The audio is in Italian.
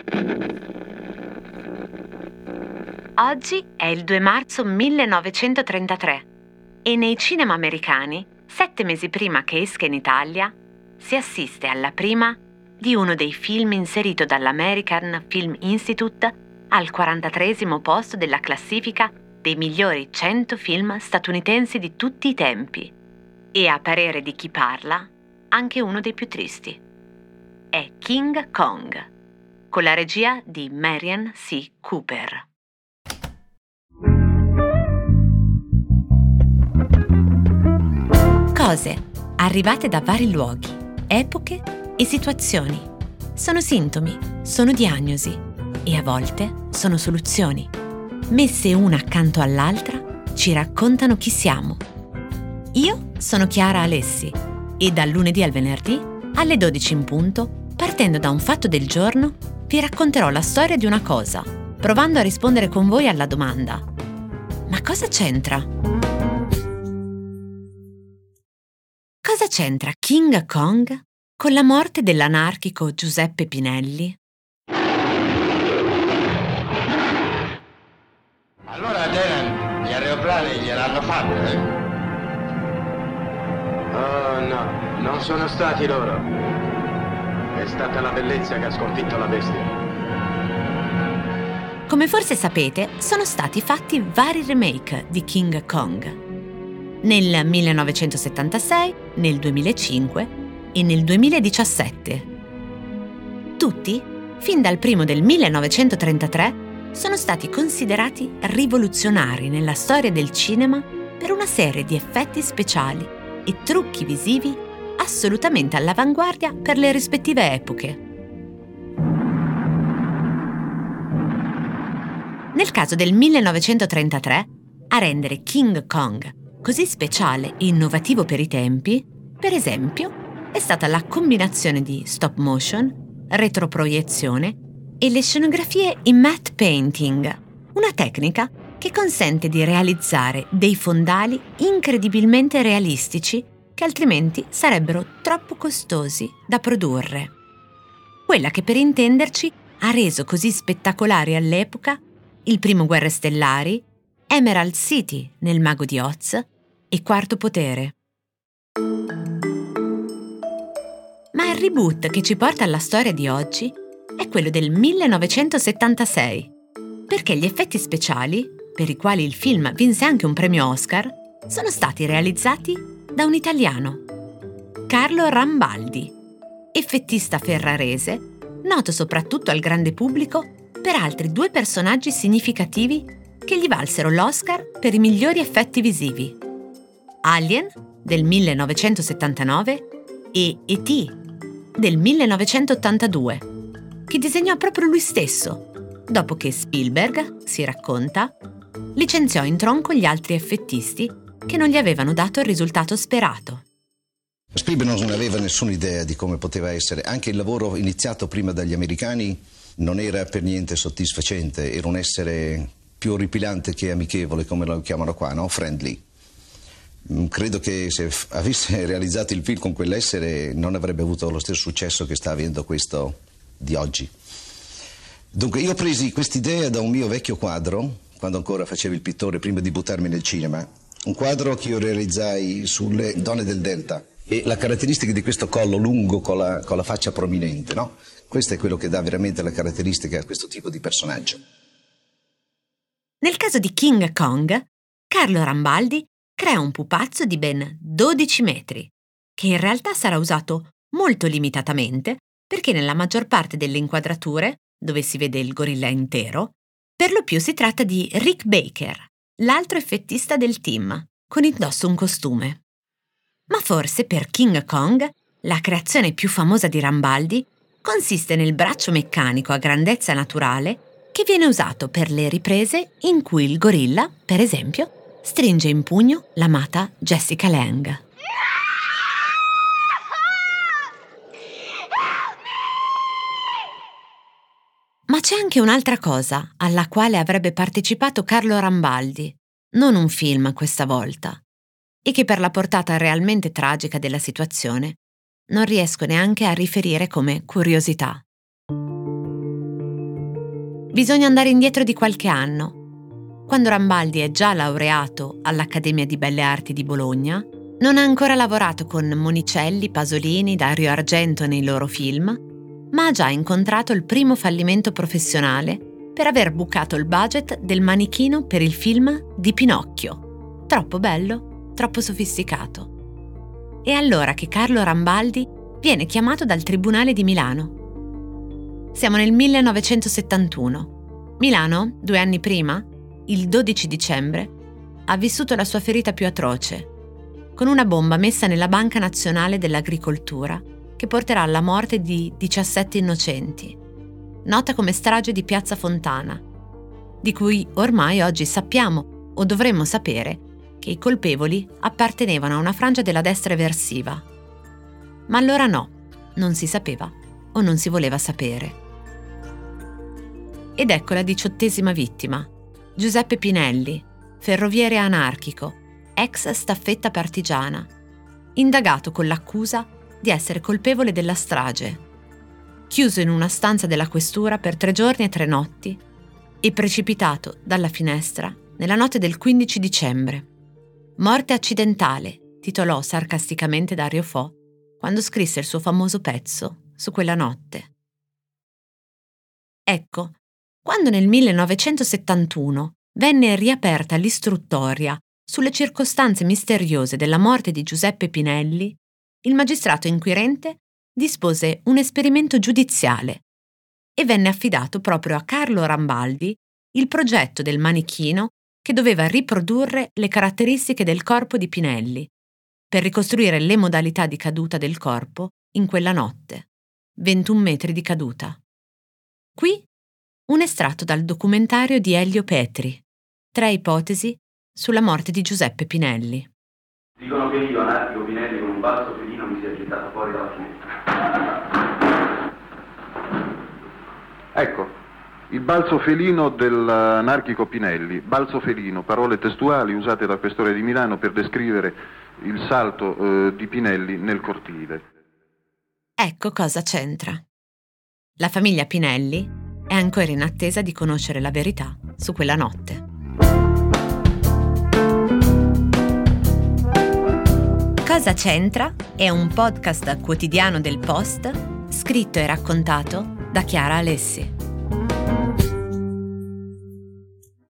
Oggi è il 2 marzo 1933 e nei cinema americani, 7 mesi prima che esca in Italia, si assiste alla prima di uno dei film inserito dall'American Film Institute al 43esimo posto della classifica dei migliori 100 film statunitensi di tutti i tempi e, a parere di chi parla, anche uno dei più tristi. È King Kong, con la regia di Marian C. Cooper. Cose arrivate da vari luoghi, epoche e situazioni. Sono sintomi, sono diagnosi e a volte sono soluzioni. Messe una accanto all'altra, ci raccontano chi siamo. Io sono Chiara Alessi e dal lunedì al venerdì, alle 12 in punto, partendo da un fatto del giorno, vi racconterò la storia di una cosa, provando a rispondere con voi alla domanda: ma cosa c'entra? Cosa c'entra King Kong con la morte dell'anarchico Giuseppe Pinelli? Allora, Dylan, gli aeroplani gliel'hanno fatto, eh? Oh no, non sono stati loro. È stata la bellezza che ha sconfitto la bestia. Come forse sapete, sono stati fatti vari remake di King Kong. Nel 1976, nel 2005 e nel 2017. Tutti, fin dal primo del 1933, sono stati considerati rivoluzionari nella storia del cinema per una serie di effetti speciali e trucchi visivi assolutamente all'avanguardia per le rispettive epoche. Nel caso del 1933, a rendere King Kong così speciale e innovativo per i tempi, per esempio, è stata la combinazione di stop motion, retroproiezione e le scenografie in matte painting, una tecnica che consente di realizzare dei fondali incredibilmente realistici che altrimenti sarebbero troppo costosi da produrre. Quella che, per intenderci, ha reso così spettacolari all'epoca il primo Guerre Stellari, Emerald City nel Mago di Oz e Quarto Potere. Ma il reboot che ci porta alla storia di oggi è quello del 1976, perché gli effetti speciali, per i quali il film vinse anche un premio Oscar, sono stati realizzati da un italiano, Carlo Rambaldi, effettista ferrarese, noto soprattutto al grande pubblico per altri 2 personaggi significativi che gli valsero l'Oscar per i migliori effetti visivi: Alien del 1979 e E.T. del 1982, che disegnò proprio lui stesso, dopo che Spielberg, si racconta, licenziò in tronco gli altri effettisti che non gli avevano dato il risultato sperato. Spielberg non aveva nessuna idea di come poteva essere. Anche il lavoro iniziato prima dagli americani non era per niente soddisfacente, era un essere più orripilante che amichevole, come lo chiamano qua, no? Friendly. Credo che se avesse realizzato il film con quell'essere non avrebbe avuto lo stesso successo che sta avendo questo di oggi. Dunque io presi quest'idea da un mio vecchio quadro, quando ancora facevo il pittore prima di buttarmi nel cinema, un quadro che io realizzai sulle donne del Delta, e la caratteristica di questo collo lungo con la faccia prominente, no? Questo è quello che dà veramente la caratteristica a questo tipo di personaggio. Nel caso di King Kong, Carlo Rambaldi crea un pupazzo di ben 12 metri, che in realtà sarà usato molto limitatamente perché nella maggior parte delle inquadrature, dove si vede il gorilla intero, per lo più si tratta di Rick Baker, l'altro effettista del team, con indosso un costume. Ma forse per King Kong, la creazione più famosa di Rambaldi consiste nel braccio meccanico a grandezza naturale che viene usato per le riprese in cui il gorilla, per esempio, stringe in pugno l'amata Jessica Lange. Ma c'è anche un'altra cosa alla quale avrebbe partecipato Carlo Rambaldi, non un film questa volta, e che per la portata realmente tragica della situazione non riesco neanche a riferire come curiosità. Bisogna andare indietro di qualche anno, quando Rambaldi è già laureato all'Accademia di Belle Arti di Bologna, non ha ancora lavorato con Monicelli, Pasolini, Dario Argento nei loro film, ma ha già incontrato il primo fallimento professionale per aver bucato il budget del manichino per il film di Pinocchio. Troppo bello, troppo sofisticato. È allora che Carlo Rambaldi viene chiamato dal Tribunale di Milano. Siamo nel 1971. Milano, 2 anni prima, il 12 dicembre, ha vissuto la sua ferita più atroce, con una bomba messa nella Banca Nazionale dell'Agricoltura che porterà alla morte di 17 innocenti, nota come strage di Piazza Fontana, di cui ormai oggi sappiamo o dovremmo sapere che i colpevoli appartenevano a una frangia della destra eversiva. Ma allora no, non si sapeva o non si voleva sapere. Ed ecco la 18ª vittima, Giuseppe Pinelli, ferroviere anarchico, ex staffetta partigiana, indagato con l'accusa di essere colpevole della strage, chiuso in una stanza della questura per 3 giorni e 3 notti e precipitato dalla finestra nella notte del 15 dicembre. Morte accidentale, titolò sarcasticamente Dario Fo quando scrisse il suo famoso pezzo su quella notte. Ecco, quando nel 1971 venne riaperta l'istruttoria sulle circostanze misteriose della morte di Giuseppe Pinelli, il magistrato inquirente dispose un esperimento giudiziale e venne affidato proprio a Carlo Rambaldi il progetto del manichino che doveva riprodurre le caratteristiche del corpo di Pinelli per ricostruire le modalità di caduta del corpo in quella notte. 21 metri di caduta. Qui un estratto dal documentario di Elio Petri, 3 ipotesi sulla morte di Giuseppe Pinelli. Dicono che io, anarchico Pinelli, con un balzo felino mi sia gettato fuori dalla finestra. Ecco, il balzo felino dell'anarchico Pinelli. Balzo felino, parole testuali usate dal questore di Milano per descrivere il salto di Pinelli nel cortile. Ecco cosa c'entra. La famiglia Pinelli è ancora in attesa di conoscere la verità su quella notte. Cosa c'entra è un podcast quotidiano del Post, scritto e raccontato da Chiara Alessi.